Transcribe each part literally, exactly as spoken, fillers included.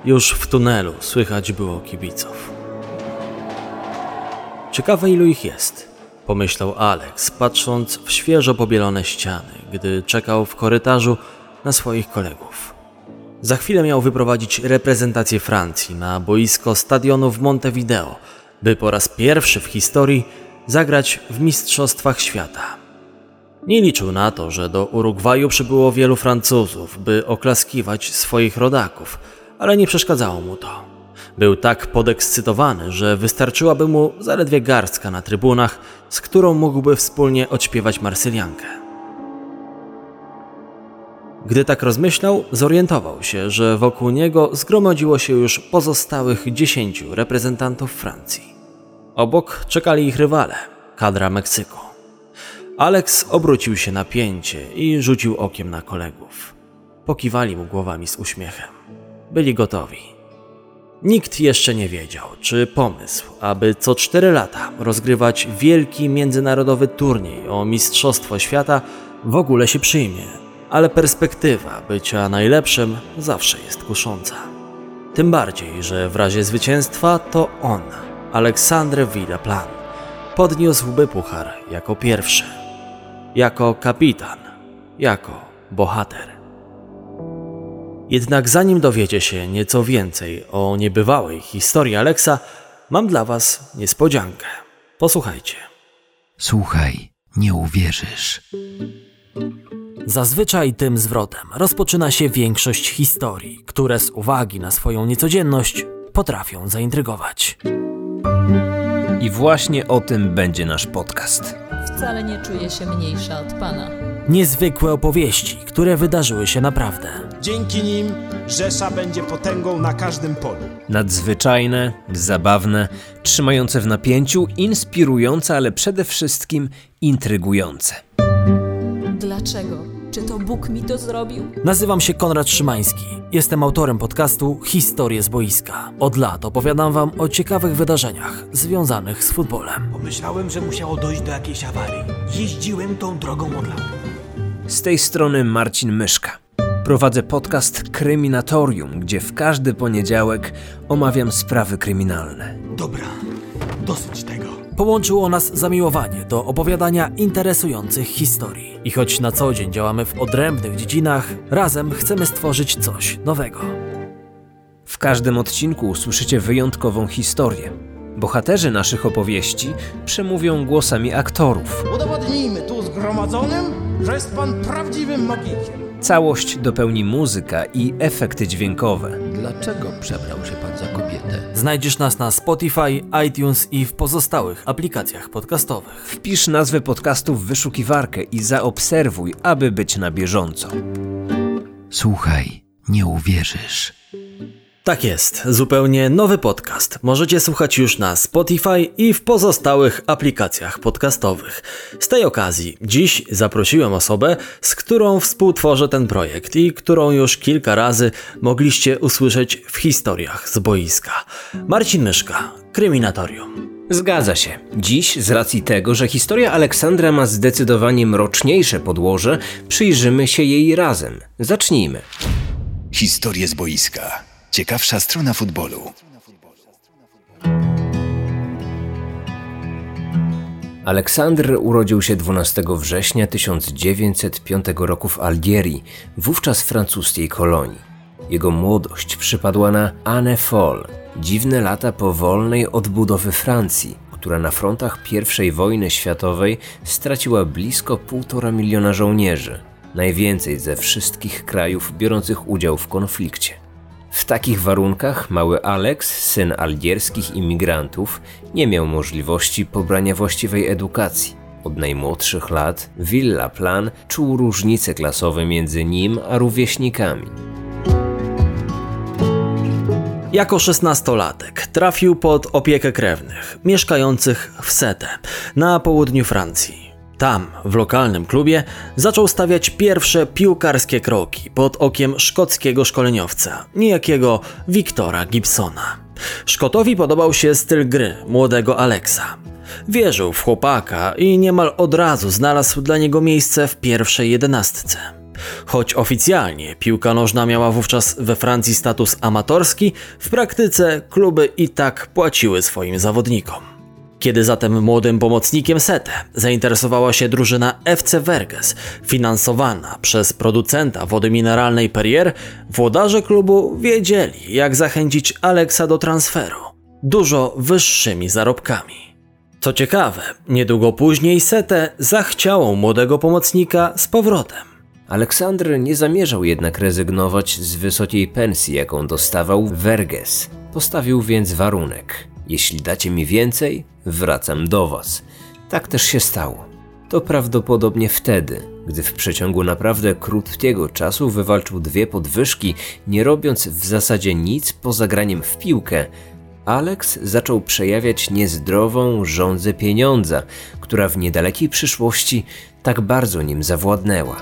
Już w tunelu słychać było kibiców. Ciekawe, ilu ich jest, pomyślał Alex, patrząc w świeżo pobielone ściany, gdy czekał w korytarzu na swoich kolegów. Za chwilę miał wyprowadzić reprezentację Francji na boisko stadionu w Montevideo, by po raz pierwszy w historii zagrać w Mistrzostwach Świata. Nie liczył na to, że do Urugwaju przybyło wielu Francuzów, by oklaskiwać swoich rodaków, ale nie przeszkadzało mu to. Był tak podekscytowany, że wystarczyłaby mu zaledwie garstka na trybunach, z którą mógłby wspólnie odśpiewać Marsyliankę. Gdy tak rozmyślał, zorientował się, że wokół niego zgromadziło się już pozostałych dziesięciu reprezentantów Francji. Obok czekali ich rywale, kadra Meksyku. Alex obrócił się na pięcie i rzucił okiem na kolegów. Pokiwali mu głowami z uśmiechem. Byli gotowi. Nikt jeszcze nie wiedział, czy pomysł, aby co cztery lata rozgrywać wielki międzynarodowy turniej o Mistrzostwo Świata w ogóle się przyjmie, ale perspektywa bycia najlepszym zawsze jest kusząca. Tym bardziej, że w razie zwycięstwa to on, Alexandre Villaplan, podniósłby puchar jako pierwszy, jako kapitan, jako bohater. Jednak zanim dowiecie się nieco więcej o niebywałej historii Alexa, mam dla was niespodziankę. Posłuchajcie. Słuchaj, nie uwierzysz. Zazwyczaj tym zwrotem rozpoczyna się większość historii, które z uwagi na swoją niecodzienność potrafią zaintrygować. I właśnie o tym będzie nasz podcast. Wcale nie czuję się mniejsza od Pana. Niezwykłe opowieści, które wydarzyły się naprawdę. Dzięki nim Rzesza będzie potęgą na każdym polu. Nadzwyczajne, zabawne, trzymające w napięciu, inspirujące, ale przede wszystkim intrygujące. Dlaczego? Czy to Bóg mi to zrobił? Nazywam się Konrad Szymański. Jestem autorem podcastu Historie z boiska. Od lat opowiadam wam o ciekawych wydarzeniach związanych z futbolem. Pomyślałem, że musiało dojść do jakiejś awarii. Jeździłem tą drogą od lat. Z tej strony Marcin Myszka. Prowadzę podcast Kryminatorium, gdzie w każdy poniedziałek omawiam sprawy kryminalne. Dobra, dosyć tego. Połączyło nas zamiłowanie do opowiadania interesujących historii. I choć na co dzień działamy w odrębnych dziedzinach, razem chcemy stworzyć coś nowego. W każdym odcinku usłyszycie wyjątkową historię. Bohaterzy naszych opowieści przemówią głosami aktorów. Udowodnijmy tu zgromadzonym, że jest pan prawdziwym magikiem. Całość dopełni muzyka i efekty dźwiękowe. Dlaczego przebrał się pan za kobietę? Znajdziesz nas na Spotify, iTunes i w pozostałych aplikacjach podcastowych. Wpisz nazwę podcastu w wyszukiwarkę i zaobserwuj, aby być na bieżąco. Słuchaj, nie uwierzysz. Tak jest, zupełnie nowy podcast możecie słuchać już na Spotify i w pozostałych aplikacjach podcastowych. Z tej okazji dziś zaprosiłem osobę, z którą współtworzę ten projekt i którą już kilka razy mogliście usłyszeć w historiach z boiska. Marcin Myszka, Kryminatorium. Zgadza się. Dziś, z racji tego, że historia Aleksandra ma zdecydowanie mroczniejsze podłoże, przyjrzymy się jej razem. Zacznijmy. Historie z boiska. Ciekawsza strona futbolu. Aleksandr urodził się dwunastego września tysiąc dziewięćset piątego roku w Algierii, wówczas francuskiej kolonii. Jego młodość przypadła na Année Folle, dziwne lata powolnej odbudowy Francji, która na frontach pierwszej wojny światowej straciła blisko półtora miliona żołnierzy, najwięcej ze wszystkich krajów biorących udział w konflikcie. W takich warunkach mały Alex, syn algierskich imigrantów, nie miał możliwości pobrania właściwej edukacji. Od najmłodszych lat Villaplan czuł różnice klasowe między nim a rówieśnikami. Jako szesnastolatek trafił pod opiekę krewnych, mieszkających w Sète, na południu Francji. Tam, w lokalnym klubie, zaczął stawiać pierwsze piłkarskie kroki pod okiem szkockiego szkoleniowca, niejakiego Victora Gibsona. Szkotowi podobał się styl gry młodego Alexa. Wierzył w chłopaka i niemal od razu znalazł dla niego miejsce w pierwszej jedenastce. Choć oficjalnie piłka nożna miała wówczas we Francji status amatorski, w praktyce kluby i tak płaciły swoim zawodnikom. Kiedy zatem młodym pomocnikiem Sete zainteresowała się drużyna F C Verges, finansowana przez producenta wody mineralnej Perrier, włodarze klubu wiedzieli, jak zachęcić Alexa do transferu dużo wyższymi zarobkami. Co ciekawe, niedługo później Sete zachciało młodego pomocnika z powrotem. Aleksandr nie zamierzał jednak rezygnować z wysokiej pensji, jaką dostawał w Verges. Postawił więc warunek: jeśli dacie mi więcej, wracam do was. Tak też się stało. To prawdopodobnie wtedy, gdy w przeciągu naprawdę krótkiego czasu wywalczył dwie podwyżki, nie robiąc w zasadzie nic poza graniem w piłkę, Alex zaczął przejawiać niezdrową żądzę pieniądza, która w niedalekiej przyszłości tak bardzo nim zawładnęła.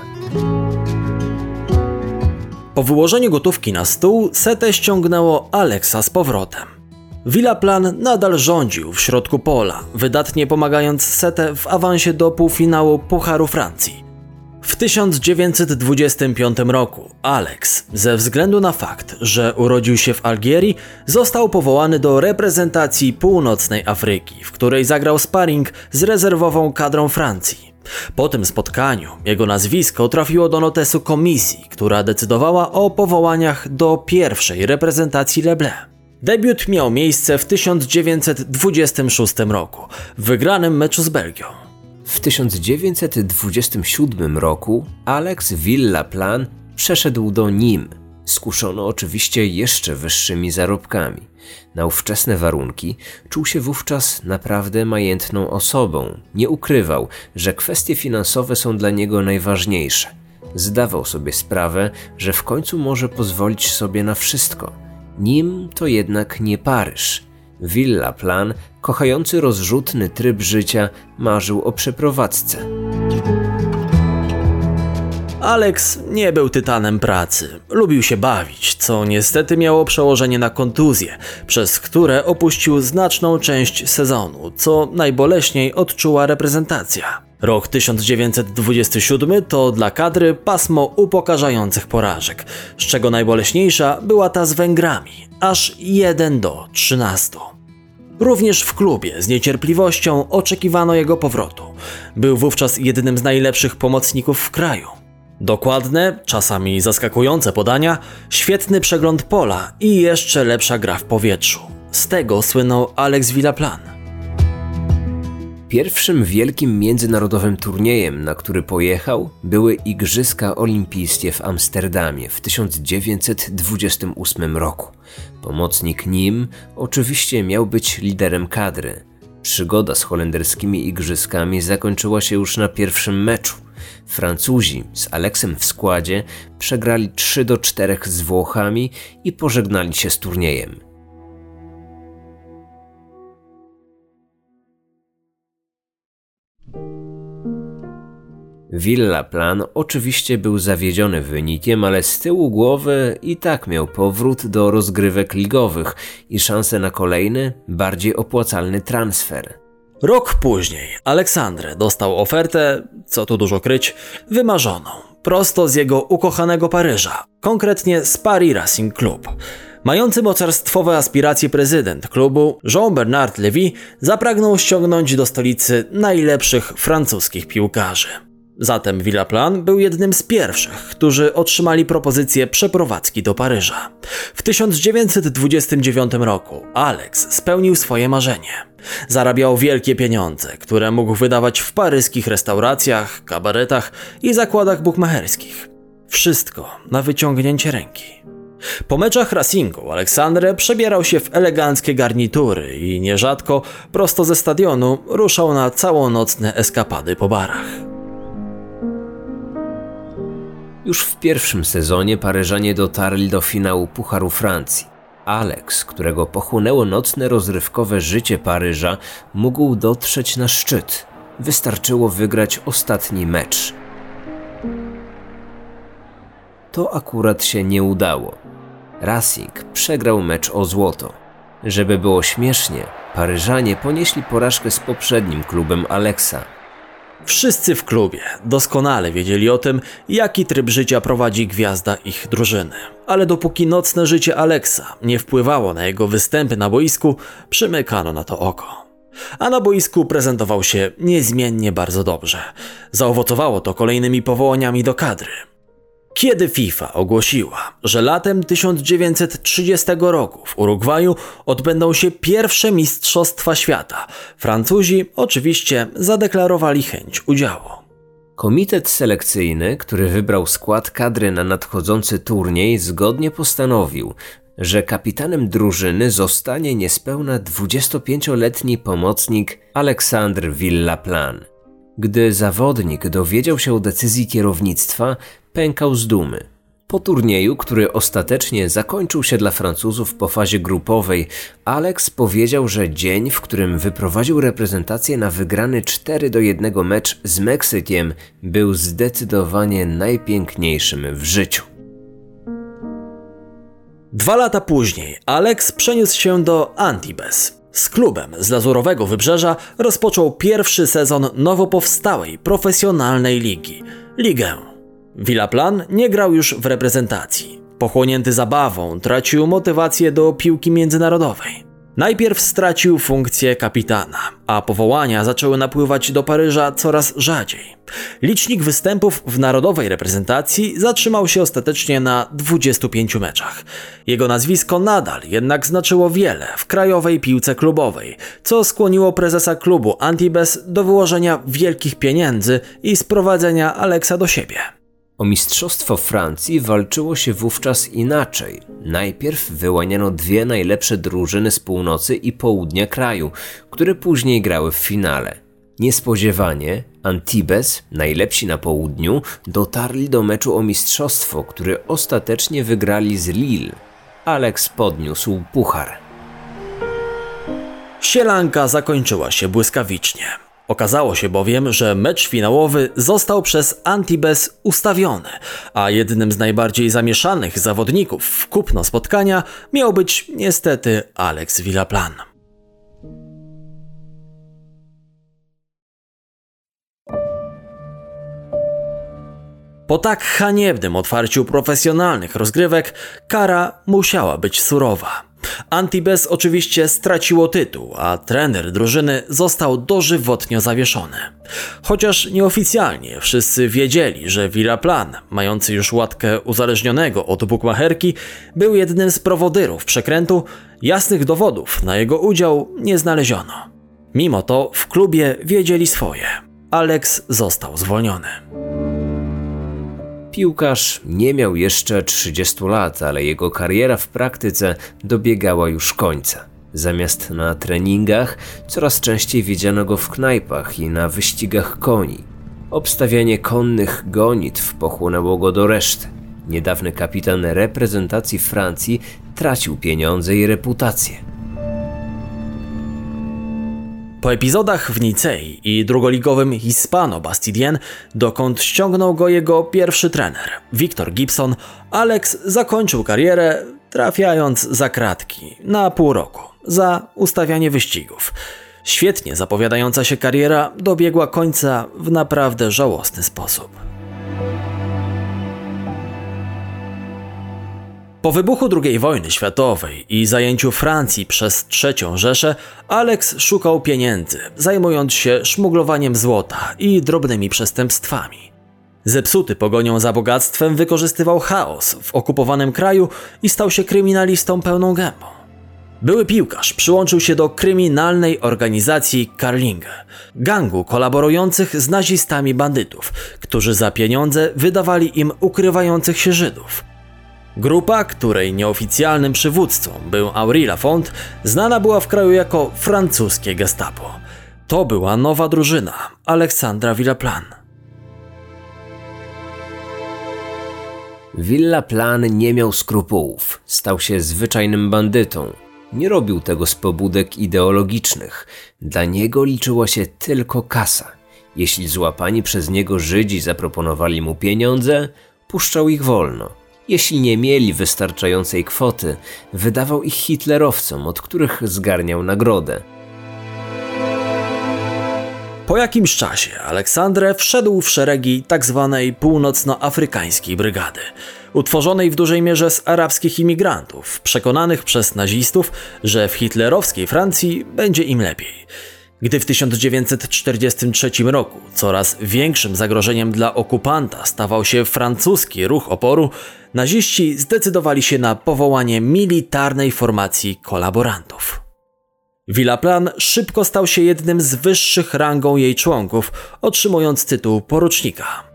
Po wyłożeniu gotówki na stół, Sete ściągnęło Alexa z powrotem. Villaplan nadal rządził w środku pola, wydatnie pomagając Sete w awansie do półfinału Pucharu Francji. W tysiąc dziewięćset dwudziestym piątym roku Alex, ze względu na fakt, że urodził się w Algierii, został powołany do reprezentacji północnej Afryki, w której zagrał sparring z rezerwową kadrą Francji. Po tym spotkaniu jego nazwisko trafiło do notesu komisji, która decydowała o powołaniach do pierwszej reprezentacji Le Bleu. Debiut miał miejsce w tysiąc dziewięćset dwudziestym szóstym roku, w wygranym meczu z Belgią. W tysiąc dziewięćset dwudziestym siódmym roku Alex Villaplan przeszedł do Nîmes, skuszony oczywiście jeszcze wyższymi zarobkami. Na ówczesne warunki czuł się wówczas naprawdę majętną osobą. Nie ukrywał, że kwestie finansowe są dla niego najważniejsze. Zdawał sobie sprawę, że w końcu może pozwolić sobie na wszystko. Nîmes to jednak nie Paryż. Villaplan, kochający rozrzutny tryb życia, marzył o przeprowadzce. Alex nie był tytanem pracy. Lubił się bawić, co niestety miało przełożenie na kontuzje, przez które opuścił znaczną część sezonu, co najboleśniej odczuła reprezentacja. Rok tysiąc dziewięćset dwudziesty siódmy to dla kadry pasmo upokarzających porażek, z czego najboleśniejsza była ta z Węgrami, aż jeden do trzynastu. Również w klubie z niecierpliwością oczekiwano jego powrotu. Był wówczas jednym z najlepszych pomocników w kraju. Dokładne, czasami zaskakujące podania, świetny przegląd pola i jeszcze lepsza gra w powietrzu. Z tego słynął Alex Villaplan. Pierwszym wielkim międzynarodowym turniejem, na który pojechał, były Igrzyska Olimpijskie w Amsterdamie w tysiąc dziewięćset dwudziestym ósmym roku. Pomocnik Nîmes oczywiście miał być liderem kadry. Przygoda z holenderskimi igrzyskami zakończyła się już na pierwszym meczu. Francuzi z Alexem w składzie przegrali trzy do czterech z Włochami i pożegnali się z turniejem. Villaplan oczywiście był zawiedziony wynikiem, ale z tyłu głowy i tak miał powrót do rozgrywek ligowych i szansę na kolejny, bardziej opłacalny transfer. Rok później Aleksandre dostał ofertę, co tu dużo kryć, wymarzoną, prosto z jego ukochanego Paryża, konkretnie z Paris Racing Club. Mający mocarstwowe aspiracje prezydent klubu, Jean-Bernard Lévy, zapragnął ściągnąć do stolicy najlepszych francuskich piłkarzy. Zatem Villaplan był jednym z pierwszych, którzy otrzymali propozycję przeprowadzki do Paryża. W tysiąc dziewięćset dwudziestym dziewiątym roku Alex spełnił swoje marzenie. Zarabiał wielkie pieniądze, które mógł wydawać w paryskich restauracjach, kabaretach i zakładach bukmacherskich. Wszystko na wyciągnięcie ręki. Po meczach Racingu Aleksandre przebierał się w eleganckie garnitury i nierzadko prosto ze stadionu ruszał na całonocne eskapady po barach. Już w pierwszym sezonie Paryżanie dotarli do finału Pucharu Francji. Alex, którego pochłonęło nocne rozrywkowe życie Paryża, mógł dotrzeć na szczyt. Wystarczyło wygrać ostatni mecz. To akurat się nie udało. Racing przegrał mecz o złoto. Żeby było śmiesznie, Paryżanie ponieśli porażkę z poprzednim klubem Alexa. Wszyscy w klubie doskonale wiedzieli o tym, jaki tryb życia prowadzi gwiazda ich drużyny. Ale dopóki nocne życie Alexa nie wpływało na jego występy na boisku, przymykano na to oko. A na boisku prezentował się niezmiennie bardzo dobrze. Zaowocowało to kolejnymi powołaniami do kadry. Kiedy FIFA ogłosiła, że latem tysiąc dziewięćset trzydziestego roku w Urugwaju odbędą się pierwsze Mistrzostwa Świata, Francuzi oczywiście zadeklarowali chęć udziału. Komitet selekcyjny, który wybrał skład kadry na nadchodzący turniej, zgodnie postanowił, że kapitanem drużyny zostanie niespełna dwudziestopięcioletni pomocnik Alexandre Villaplan. Gdy zawodnik dowiedział się o decyzji kierownictwa, pękał z dumy. Po turnieju, który ostatecznie zakończył się dla Francuzów po fazie grupowej, Alex powiedział, że dzień, w którym wyprowadził reprezentację na wygrany cztery do jednego mecz z Meksykiem, był zdecydowanie najpiękniejszym w życiu. Dwa lata później Alex przeniósł się do Antibes. Z klubem z Lazurowego Wybrzeża rozpoczął pierwszy sezon nowo powstałej profesjonalnej ligi – Ligę. Villaplan nie grał już w reprezentacji. Pochłonięty zabawą tracił motywację do piłki międzynarodowej. Najpierw stracił funkcję kapitana, a powołania zaczęły napływać do Paryża coraz rzadziej. Licznik występów w narodowej reprezentacji zatrzymał się ostatecznie na dwudziestu pięciu meczach. Jego nazwisko nadal jednak znaczyło wiele w krajowej piłce klubowej, co skłoniło prezesa klubu Antibes do wyłożenia wielkich pieniędzy i sprowadzenia Alexa do siebie. O mistrzostwo Francji walczyło się wówczas inaczej. Najpierw wyłaniano dwie najlepsze drużyny z północy i południa kraju, które później grały w finale. Niespodziewanie Antibes, najlepsi na południu, dotarli do meczu o mistrzostwo, który ostatecznie wygrali z Lille. Alex podniósł puchar. Sielanka zakończyła się błyskawicznie. Okazało się bowiem, że mecz finałowy został przez Antibes ustawiony, a jednym z najbardziej zamieszanych zawodników w kupno spotkania miał być niestety Alex Villaplan. Po tak haniebnym otwarciu profesjonalnych rozgrywek kara musiała być surowa. Antibes oczywiście straciło tytuł, a trener drużyny został dożywotnio zawieszony. Chociaż nieoficjalnie wszyscy wiedzieli, że Villaplan, mający już łatkę uzależnionego od bukmacherki, był jednym z prowodyrów przekrętu, jasnych dowodów na jego udział nie znaleziono. Mimo to w klubie wiedzieli swoje. Alex został zwolniony. Piłkarz nie miał jeszcze trzydziestu lat, ale jego kariera w praktyce dobiegała już końca. Zamiast na treningach, coraz częściej widziano go w knajpach i na wyścigach koni. Obstawianie konnych gonitw pochłonęło go do reszty. Niedawny kapitan reprezentacji Francji tracił pieniądze i reputację. Po epizodach w Nicei i drugoligowym Hispano Bastidien, dokąd ściągnął go jego pierwszy trener, Victor Gibson, Alex zakończył karierę trafiając za kratki na pół roku za ustawianie wyścigów. Świetnie zapowiadająca się kariera dobiegła końca w naprawdę żałosny sposób. Po wybuchu drugiej wojny światowej i zajęciu Francji przez trzecią Rzeszę, Alex szukał pieniędzy, zajmując się szmuglowaniem złota i drobnymi przestępstwami. Zepsuty pogonią za bogactwem wykorzystywał chaos w okupowanym kraju i stał się kryminalistą pełną gębą. Były piłkarz przyłączył się do kryminalnej organizacji Karlinge, gangu kolaborujących z nazistami bandytów, którzy za pieniądze wydawali im ukrywających się Żydów. Grupa, której nieoficjalnym przywódcą był Henri Lafont, znana była w kraju jako francuskie Gestapo. To była nowa drużyna Alexandra Villaplan. Villaplan nie miał skrupułów, stał się zwyczajnym bandytą. Nie robił tego z pobudek ideologicznych. Dla niego liczyła się tylko kasa. Jeśli złapani przez niego Żydzi zaproponowali mu pieniądze, puszczał ich wolno. Jeśli nie mieli wystarczającej kwoty, wydawał ich hitlerowcom, od których zgarniał nagrodę. Po jakimś czasie Aleksandre wszedł w szeregi tzw. północnoafrykańskiej brygady, utworzonej w dużej mierze z arabskich imigrantów, przekonanych przez nazistów, że w hitlerowskiej Francji będzie im lepiej. Gdy w tysiąc dziewięćset czterdziestym trzecim roku coraz większym zagrożeniem dla okupanta stawał się francuski ruch oporu, naziści zdecydowali się na powołanie militarnej formacji kolaborantów. Villaplan szybko stał się jednym z wyższych rangą jej członków, otrzymując tytuł porucznika.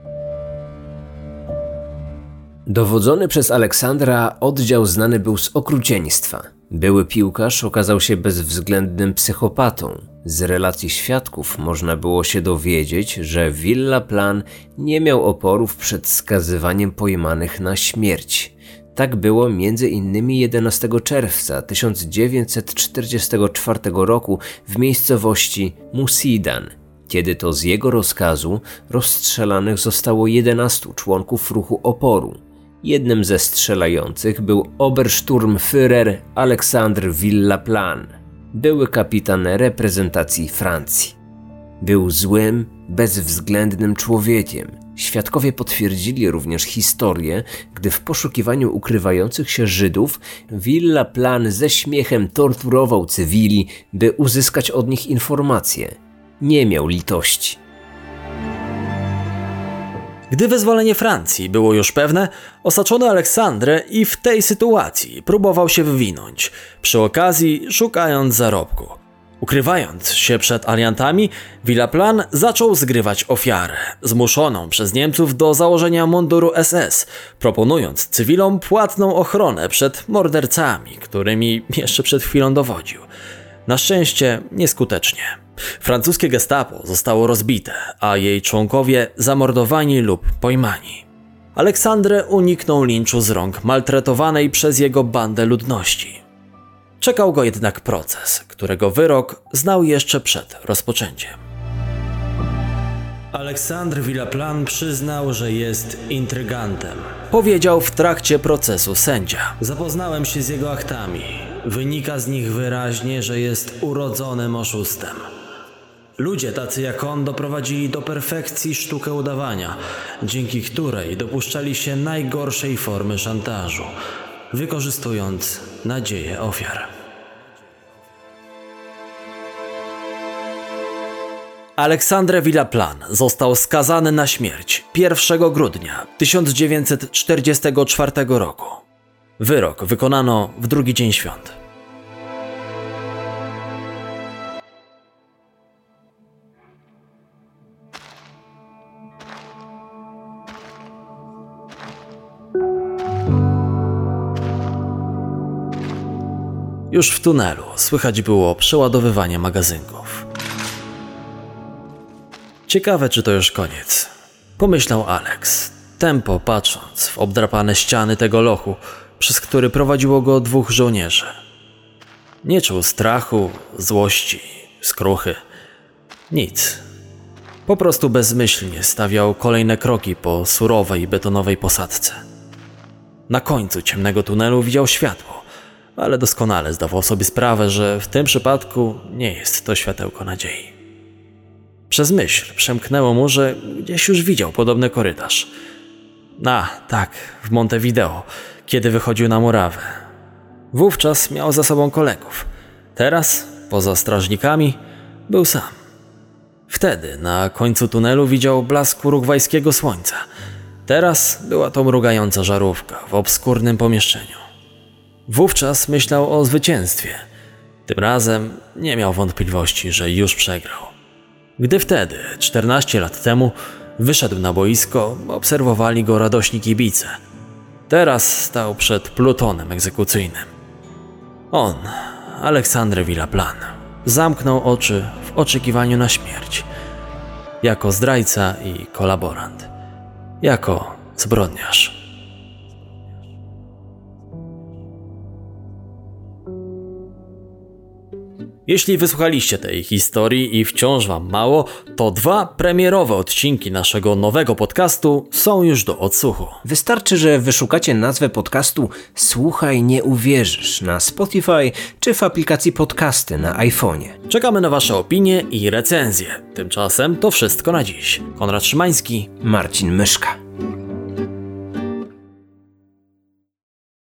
Dowodzony przez Aleksandra oddział znany był z okrucieństwa. Były piłkarz okazał się bezwzględnym psychopatą. Z relacji świadków można było się dowiedzieć, że Villaplan nie miał oporów przed skazywaniem pojmanych na śmierć. Tak było między innymi jedenastego czerwca tysiąc dziewięćset czterdziestego czwartego roku w miejscowości Musidan, kiedy to z jego rozkazu rozstrzelanych zostało jedenastu członków ruchu oporu. Jednym ze strzelających był Obersturmführer Alexandre Villaplan, były kapitan reprezentacji Francji. Był złym, bezwzględnym człowiekiem. Świadkowie potwierdzili również historię, gdy w poszukiwaniu ukrywających się Żydów Villaplan ze śmiechem torturował cywili, by uzyskać od nich informacje. Nie miał litości. Gdy wyzwolenie Francji było już pewne, osaczony Aleksandre i w tej sytuacji próbował się wywinąć, przy okazji szukając zarobku. Ukrywając się przed aliantami, Villaplan zaczął zgrywać ofiarę, zmuszoną przez Niemców do założenia munduru S S, proponując cywilom płatną ochronę przed mordercami, którymi jeszcze przed chwilą dowodził. Na szczęście nieskutecznie. Francuskie gestapo zostało rozbite, a jej członkowie zamordowani lub pojmani. Aleksandre uniknął linczu z rąk maltretowanej przez jego bandę ludności. Czekał go jednak proces, którego wyrok znał jeszcze przed rozpoczęciem. Aleksandre Villaplan przyznał, że jest intrygantem. Powiedział w trakcie procesu sędzia. Zapoznałem się z jego aktami. Wynika z nich wyraźnie, że jest urodzonym oszustem. Ludzie tacy jak on doprowadzili do perfekcji sztukę udawania, dzięki której dopuszczali się najgorszej formy szantażu, wykorzystując nadzieję ofiar. Aleksandre Villaplan został skazany na śmierć pierwszego grudnia tysiąc dziewięćset czterdziestego czwartego roku. Wyrok wykonano w drugi dzień świąt. Już w tunelu słychać było przeładowywanie magazynków. Ciekawe, czy to już koniec, pomyślał Alex, tępo patrząc w obdrapane ściany tego lochu, przez który prowadziło go dwóch żołnierzy. Nie czuł strachu, złości, skruchy. Nic. Po prostu bezmyślnie stawiał kolejne kroki po surowej, betonowej posadzce. Na końcu ciemnego tunelu widział światło, ale doskonale zdawał sobie sprawę, że w tym przypadku nie jest to światełko nadziei. Przez myśl przemknęło mu, że gdzieś już widział podobny korytarz. A, tak, w Montevideo, kiedy wychodził na murawę. Wówczas miał za sobą kolegów. Teraz, poza strażnikami, był sam. Wtedy na końcu tunelu widział blask urugwajskiego słońca. Teraz była to mrugająca żarówka w obskurnym pomieszczeniu. Wówczas myślał o zwycięstwie. Tym razem nie miał wątpliwości, że już przegrał. Gdy wtedy, czternaście lat temu, wyszedł na boisko, obserwowali go radośni kibice. Teraz stał przed plutonem egzekucyjnym. On, Aleksandre Villaplan, zamknął oczy w oczekiwaniu na śmierć. Jako zdrajca i kolaborant. Jako zbrodniarz. Jeśli wysłuchaliście tej historii i wciąż wam mało, to dwa premierowe odcinki naszego nowego podcastu są już do odsłuchu. Wystarczy, że wyszukacie nazwę podcastu Słuchaj, nie uwierzysz na Spotify czy w aplikacji podcasty na iPhone'ie. Czekamy na wasze opinie i recenzje. Tymczasem to wszystko na dziś. Konrad Szymański, Marcin Myszka.